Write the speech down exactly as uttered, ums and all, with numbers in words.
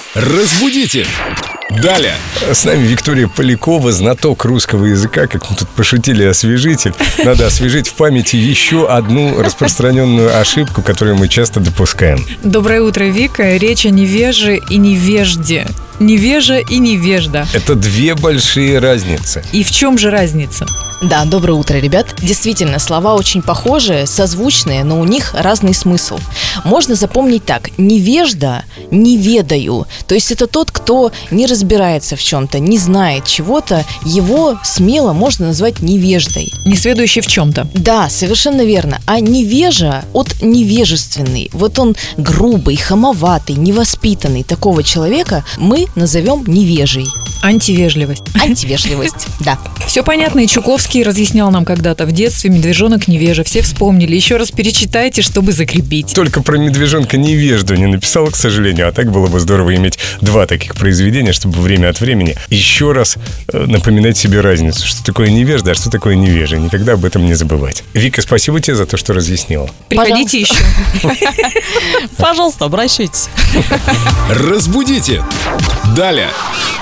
Разбудите! Далее! С нами Виктория Полякова, знаток русского языка. Как мы тут пошутили, освежитель. Надо освежить в памяти еще одну распространенную ошибку, которую мы часто допускаем. Доброе утро, Вика. Речь о невеже и невежде. Невежа и невежда. Это две большие разницы. И в чем же разница? Да, доброе утро, ребят. Действительно, слова очень похожие, созвучные, но у них разный смысл. Можно запомнить так: невежда, не ведаю. То есть это тот, кто не разбирается в чем-то, не знает чего-то, его смело можно назвать невеждой. Несведущий в чем-то. Да, совершенно верно. А невежа от невежественный. Вот он грубый, хамоватый, невоспитанный. Такого человека мы назовем невежей. Антивежливость. Антивежливость, да. Все понятно, и Чуковский разъяснял нам когда-то в детстве «Медвежонок невежа». Все вспомнили. Еще раз перечитайте, чтобы закрепить. Только про медвежонка невежду не написал, к сожалению. А так было бы здорово иметь два таких произведения, чтобы время от времени еще раз напоминать себе разницу, что такое невежда, а что такое невежа. Никогда об этом не забывать. Вика, спасибо тебе за то, что разъяснила. Приходите еще. Пожалуйста, обращайтесь. Разбудите! Далее!